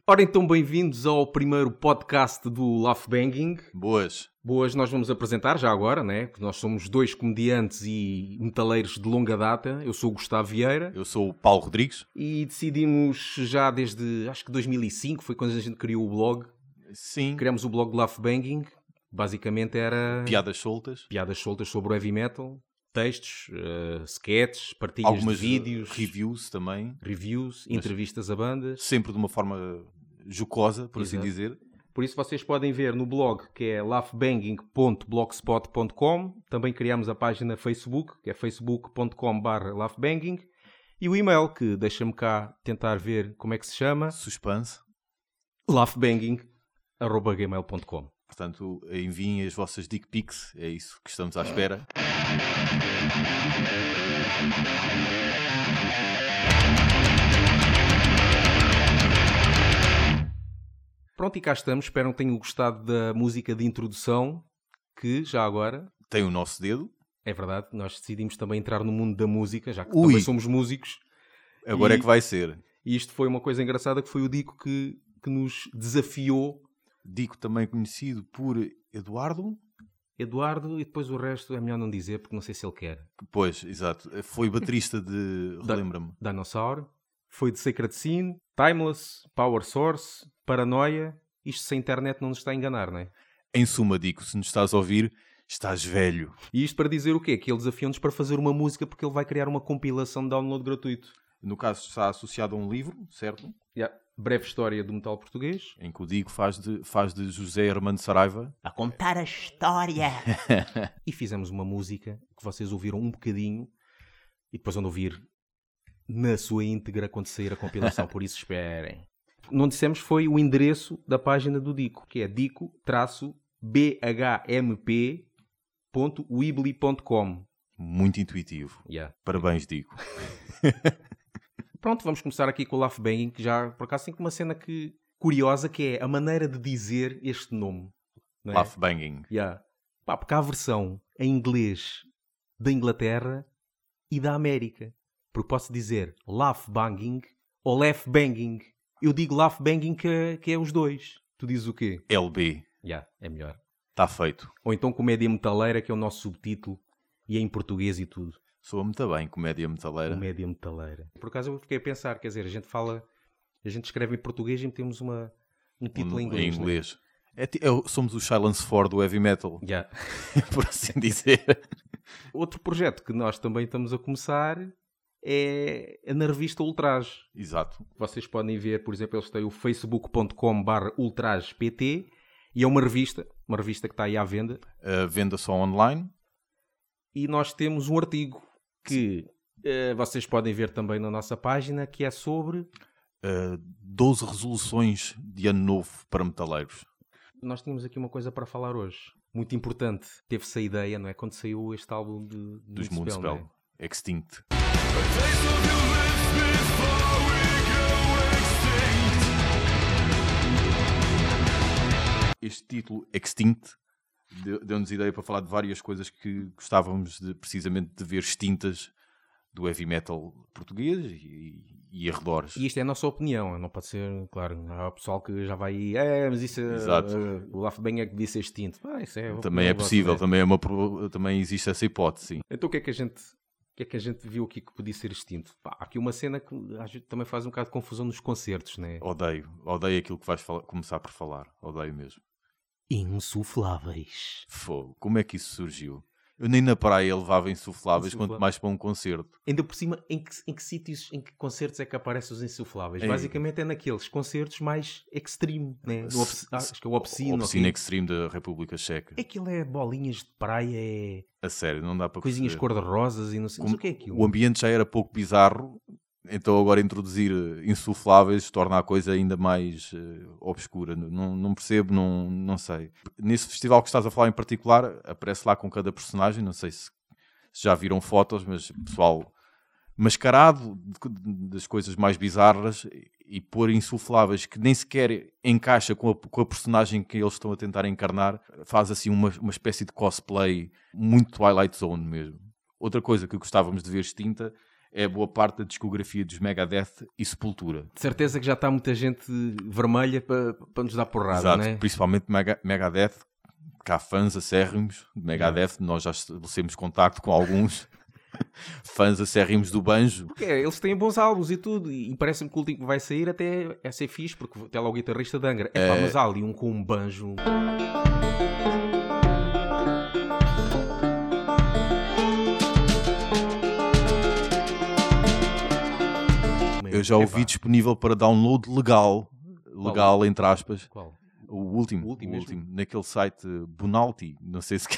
Ora então, bem-vindos ao primeiro podcast do Laugh Banging. Boas. Nós vamos apresentar já agora, né? Porque nós somos dois comediantes e metaleiros de longa data. Eu sou o Gustavo Vieira. Eu sou o Paulo Rodrigues. E decidimos já desde, acho que 2005, foi quando a gente criou o blog. Sim. Criamos o blog do Laugh Banging. Basicamente era... Piadas soltas. Piadas soltas sobre o heavy metal. Textos, sketches, partilhas algumas de vídeos. Reviews também. Reviews, entrevistas a bandas. Sempre de uma forma jocosa, por assim dizer. Por isso vocês podem ver no blog, que é laughbanging.blogspot.com. Também criamos a página Facebook, que é facebook.com/laughbanging. E o e-mail, que deixa-me cá tentar ver como é que se chama. Suspense. laughbanging@gmail.com. Portanto, enviem as vossas dick pics. É isso que estamos à espera. Pronto, e cá estamos. Espero que tenham gostado da música de introdução, que já agora... Tem o nosso dedo. É verdade, nós decidimos também entrar no mundo da música, já que também somos músicos. Agora é que vai ser. E isto foi uma coisa engraçada, que foi o Dico que nos desafiou. Dico também conhecido por Eduardo, e depois o resto é melhor não dizer, porque não sei se ele quer. Pois, exato. Foi baterista de... relembra-me. Dinosaur. Foi de Sacred Scene, Timeless, Power Source, Paranoia. Isto se a internet não nos está a enganar, não é? Em suma, Dico, se nos estás a ouvir, estás velho. E isto para dizer o quê? Que ele desafiou-nos para fazer uma música, porque ele vai criar uma compilação de download gratuito. No caso, está associado a um livro, certo? Breve história do metal português. Em que o Digo faz de José Armando Saraiva a contar a história. E fizemos uma música que vocês ouviram um bocadinho e depois vão ouvir na sua íntegra quando sair a compilação. Por isso esperem. Não dissemos foi o endereço da página do Dico, que é dico-bhmp.weebly.com. Muito intuitivo. Parabéns, Dico. Pronto, vamos começar aqui com o Laugh Banging, que já, por acaso, tem uma cena curiosa, que é a maneira de dizer este nome. Não é? Laugh Banging. Porque há a versão em inglês da Inglaterra e da América. Porque posso dizer Laugh Banging ou Laugh Banging. Eu digo Laugh Banging que é os dois. Tu dizes o quê? LB. É melhor. Está feito. Ou então Comédia Metaleira, que é o nosso subtítulo, e é em português e tudo. Soa muito bem, Comédia Metaleira. Comédia Metaleira. Por acaso eu fiquei a pensar, quer dizer, a gente escreve em português e temos um título em inglês. Em inglês. Somos o Silence 4 do heavy metal. Por assim dizer. Outro projeto que nós também estamos a começar é na revista Ultraje. Exato. Vocês podem ver, por exemplo, eles têm o facebook.com/ultrajept e é uma revista que está aí à venda. Venda só online. E nós temos um artigo que vocês podem ver também na nossa página, que é sobre 12 resoluções de ano novo para metaleiros. Nós tínhamos aqui uma coisa para falar hoje, muito importante. Teve-se a ideia, não é? Quando saiu este álbum dos Moonspell, é? Extinct. Este título, Extinct, deu-nos ideia para falar de várias coisas que gostávamos precisamente de ver extintas do heavy metal português e arredores. E isto é a nossa opinião, não pode ser, claro, há o pessoal que já vai aí, mas isso o Laugh Bang é que devia ser extinto. Isso também é possível, também existe essa hipótese, sim. Então o que é que a gente viu aqui que podia ser extinto? Há aqui uma cena que a gente também faz um bocado de confusão nos concertos, não é? Odeio aquilo que vais começar por falar, odeio mesmo. Insufláveis. Fogo, como é que isso surgiu? Eu nem na praia levava insufláveis, quanto mais para um concerto. Ainda por cima, em que sítios, em que concertos é que aparecem os insufláveis? Basicamente é naqueles concertos mais extreme, né? Acho que é o Obscene. Obscene Extreme da República Checa. Aquilo é bolinhas de praia, A sério, não dá para coisinhas cor-de-rosas e não sei o que é aquilo. O ambiente já era pouco bizarro, então agora introduzir insufláveis torna a coisa ainda mais obscura. Não percebo, não sei. Nesse festival que estás a falar em particular, aparece lá com cada personagem, não sei se já viram fotos, mas pessoal mascarado das coisas mais bizarras e pôr insufláveis que nem sequer encaixa com a personagem que eles estão a tentar encarnar, faz assim uma espécie de cosplay muito Twilight Zone mesmo. Outra coisa que gostávamos de ver extinta é boa parte da discografia dos Megadeth e Sepultura. De certeza que já está muita gente vermelha para nos dar porrada, Exato, não é? principalmente Megadeth, que há fãs acérrimos de Megadeth, nós já estabelecemos contacto com alguns fãs acérrimos do banjo. Porque eles têm bons álbuns e tudo, e parece-me que o último que vai sair até é ser fixe, porque até lá o guitarrista de Angra. Mas há ali um com um banjo... Eu já ouvi disponível para download legal, entre aspas. Qual? O último, naquele site Bonalti, não sei se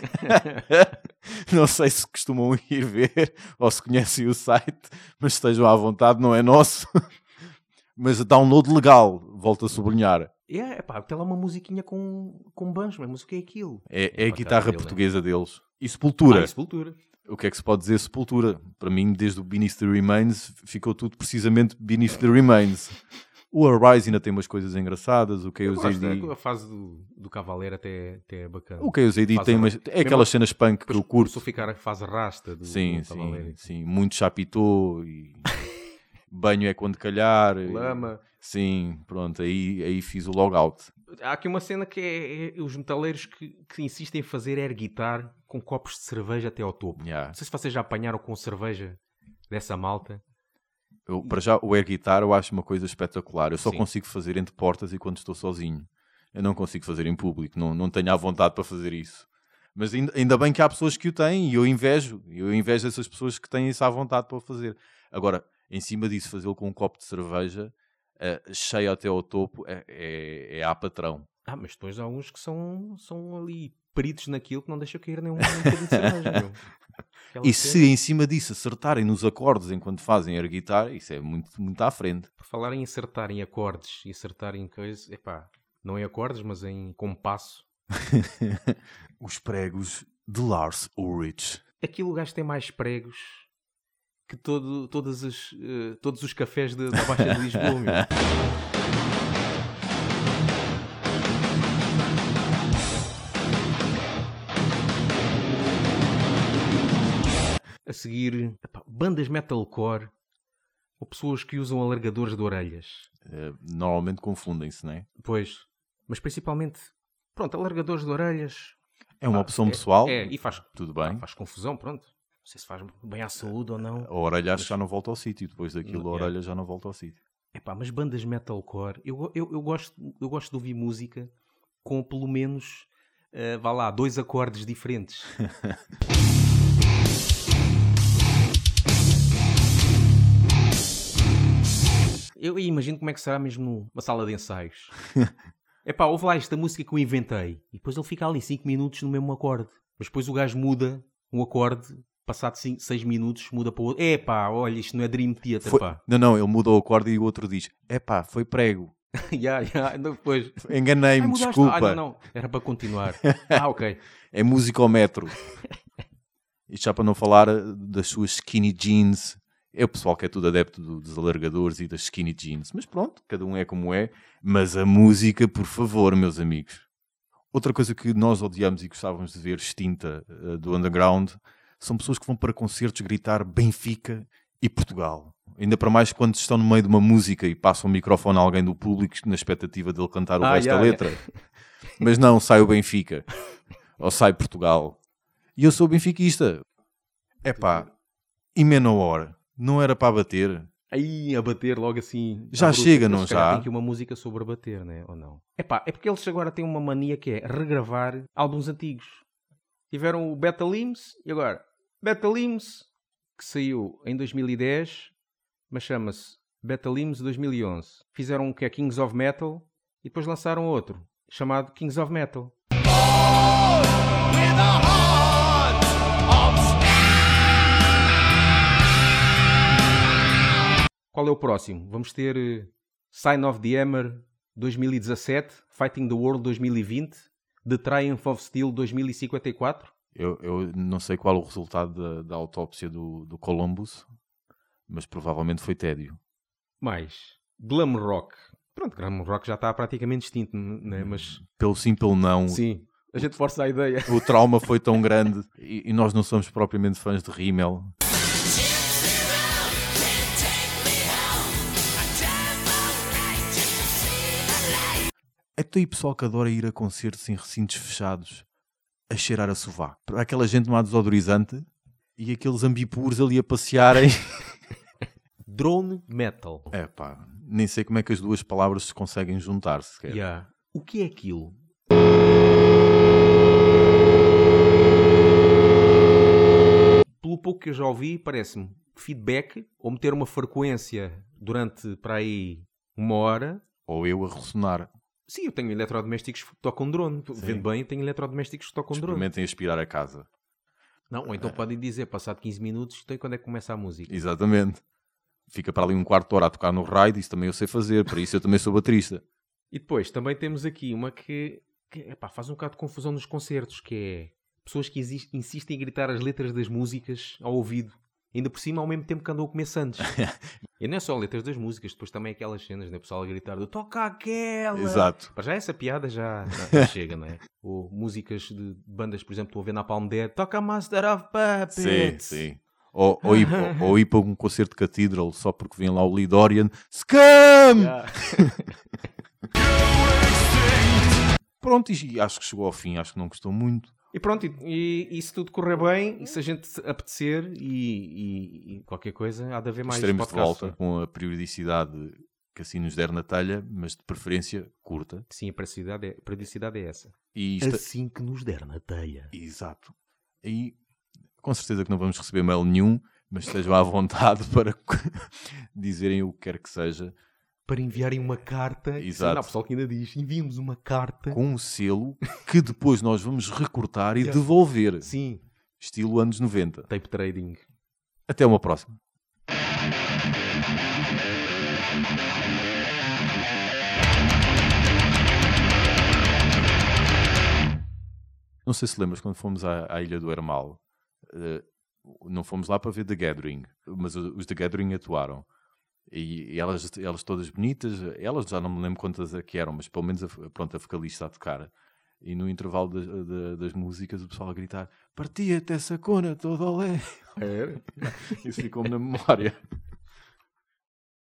não sei se costumam ir ver ou se conhecem o site, mas estejam à vontade, não é nosso. Mas download legal, volto a sublinhar. Tem lá uma musiquinha com banjo, mas o que é aquilo? É a guitarra portuguesa deles. E Sepultura. Sepultura. O que é que se pode dizer Sepultura? Para mim, desde o Beneath the Remains, ficou tudo precisamente Beneath the Remains. O Arise ainda tem umas coisas engraçadas. O Chaos AD... A fase do Cavaleiro até é bacana. O Chaos AD tem umas... É aquelas cenas punk que eu curto. Começou a ficar a fase rasta do Cavaleiro. Sim. Muito chapitou e... Banho é quando calhar. Lama. Sim, pronto. Aí fiz o logout. Há aqui uma cena que é os metaleiros que insistem em fazer air guitar com copos de cerveja até ao topo. Não sei se vocês já apanharam com cerveja dessa malta. Para já, o air guitar eu acho uma coisa espetacular. Eu só consigo fazer entre portas e quando estou sozinho. Eu não consigo fazer em público. Não tenho a vontade para fazer isso. Mas ainda bem que há pessoas que o têm e eu invejo. Eu invejo essas pessoas que têm isso à vontade para o fazer. Agora, em cima disso, fazê-lo com um copo de cerveja... cheio até ao topo é a patrão. Mas depois há uns que são ali peritos naquilo que não deixam cair nem um bocadinho de cerveja. E se em cima disso acertarem nos acordes enquanto fazem air guitar, isso é muito, muito à frente. Por falar em acertar em acordes e acertar em coisas, não em acordes, mas em compasso. Os pregos de Lars Ulrich. Aquilo o gajo tem mais pregos que todos os cafés da Baixa de Lisboa, meu. A seguir, bandas metalcore ou pessoas que usam alargadores de orelhas. Normalmente confundem-se, não é? Pois, mas principalmente, alargadores de orelhas. É uma opção pessoal. E faz tudo bem. Faz confusão, pronto. Não sei se faz bem à saúde ou não. A orelha acho que já não volta ao sítio. Depois daquilo, a orelha já não volta ao sítio. Mas bandas metalcore, eu gosto de ouvir música com pelo menos, 2 acordes diferentes. Eu imagino como é que será mesmo numa sala de ensaios. Ouve lá esta música que eu inventei. E depois ele fica ali 5 minutos no mesmo acorde. Mas depois o gajo muda um acorde... Passado 6 minutos, muda para o outro. Olha, isto não é Dream Theater, pá. Não, ele muda o acorde e o outro diz, foi prego. Depois. Enganei-me, desculpa. Não, era para continuar. Ok. É musicometro. Isto já para não falar das suas skinny jeans. É o pessoal que é tudo adepto dos alargadores e das skinny jeans. Mas pronto, cada um é como é. Mas a música, por favor, meus amigos. Outra coisa que nós odiamos e gostávamos de ver extinta do underground... São pessoas que vão para concertos gritar Benfica e Portugal. Ainda para mais quando estão no meio de uma música e passam o microfone a alguém do público na expectativa dele cantar o resto da letra. Mas não, sai o Benfica. Ou sai Portugal. E eu sou benfiquista. E Manowar. Não era para bater? Aí, a bater logo assim... Já chega, não já? Tem aqui uma música sobre a bater, né? Ou não? É porque eles agora têm uma mania que é regravar álbuns antigos. Tiveram o Battle Hymns e agora... Battle Hymns, que saiu em 2010, mas chama-se Battle Hymns 2011. Fizeram um que é Kings of Metal e depois lançaram outro, chamado Kings of Metal. Qual é o próximo? Vamos ter Sign of the Hammer 2017, Fighting the World 2020, The Triumph of Steel 2054. Eu não sei qual o resultado da autópsia do Columbus, mas provavelmente foi tédio. Mais glam rock. Pronto, glam rock já está praticamente extinto, né? Mas... Pelo sim, pelo não. Sim, a gente força a ideia. O trauma foi tão grande e nós não somos propriamente fãs de Rimmel. É todo o pessoal que adora ir a concertos em recintos fechados a cheirar a sovaco. Aquela gente não há desodorizante e aqueles ambipuros ali a passearem. Drone metal. É pá, nem sei como é que as duas palavras se conseguem juntar sequer. Yeah. O que é aquilo? Pelo pouco que eu já ouvi, parece-me feedback ou meter uma frequência durante para aí 1 hora. Ou eu a ressonar. Sim, eu tenho eletrodomésticos que tocam drone. Vendo bem, eu tenho eletrodomésticos que tocam drone. Experimentem aspirar a casa. Não, ou então podem dizer, passado 15 minutos, então quando é que começa a música? Exatamente. Fica para ali um quarto de hora a tocar no raid, isso também eu sei fazer, por isso eu também sou baterista. E depois também temos aqui uma que epá, faz um bocado de confusão nos concertos, que é pessoas que insistem em gritar as letras das músicas ao ouvido, ainda por cima ao mesmo tempo que andam a comer sandes. E não é só letras das músicas, depois também aquelas cenas, né? O pessoal a gritar do toca aquela! Exato. Para já essa piada já chega, não é? Ou músicas de bandas, por exemplo, estou a ver na Palm Dead, toca Master of Puppets! Sim. Ou ir para um concerto de Cathedral só porque vem lá o Lee Dorian. Scam! Yeah. Pronto, e acho que chegou ao fim, acho que não gostou muito. E pronto, e se tudo correr bem, e se a gente apetecer e qualquer coisa, há de haver mais Estaremos de podcasts. volta com a periodicidade que assim nos der na telha, mas de preferência curta. Sim, a periodicidade é essa. E isto... Assim que nos der na telha. Exato. E com certeza que não vamos receber mail nenhum, mas estejam à vontade para dizerem o que quer que seja. Para enviarem uma carta. Exato. Não, o pessoal que ainda diz, enviem-nos uma carta. Com um selo que depois nós vamos recortar e Yeah. devolver. Sim. Estilo anos 90. Tape trading. Até uma próxima. Não sei se lembras quando fomos à Ilha do Hermal. Não fomos lá para ver The Gathering, mas os The Gathering atuaram. E elas todas bonitas, elas já não me lembro quantas é que eram, mas pelo menos a vocalista a tocar. E no intervalo das músicas o pessoal a gritar: partia-te essa cona toda olé. Isso ficou-me na memória.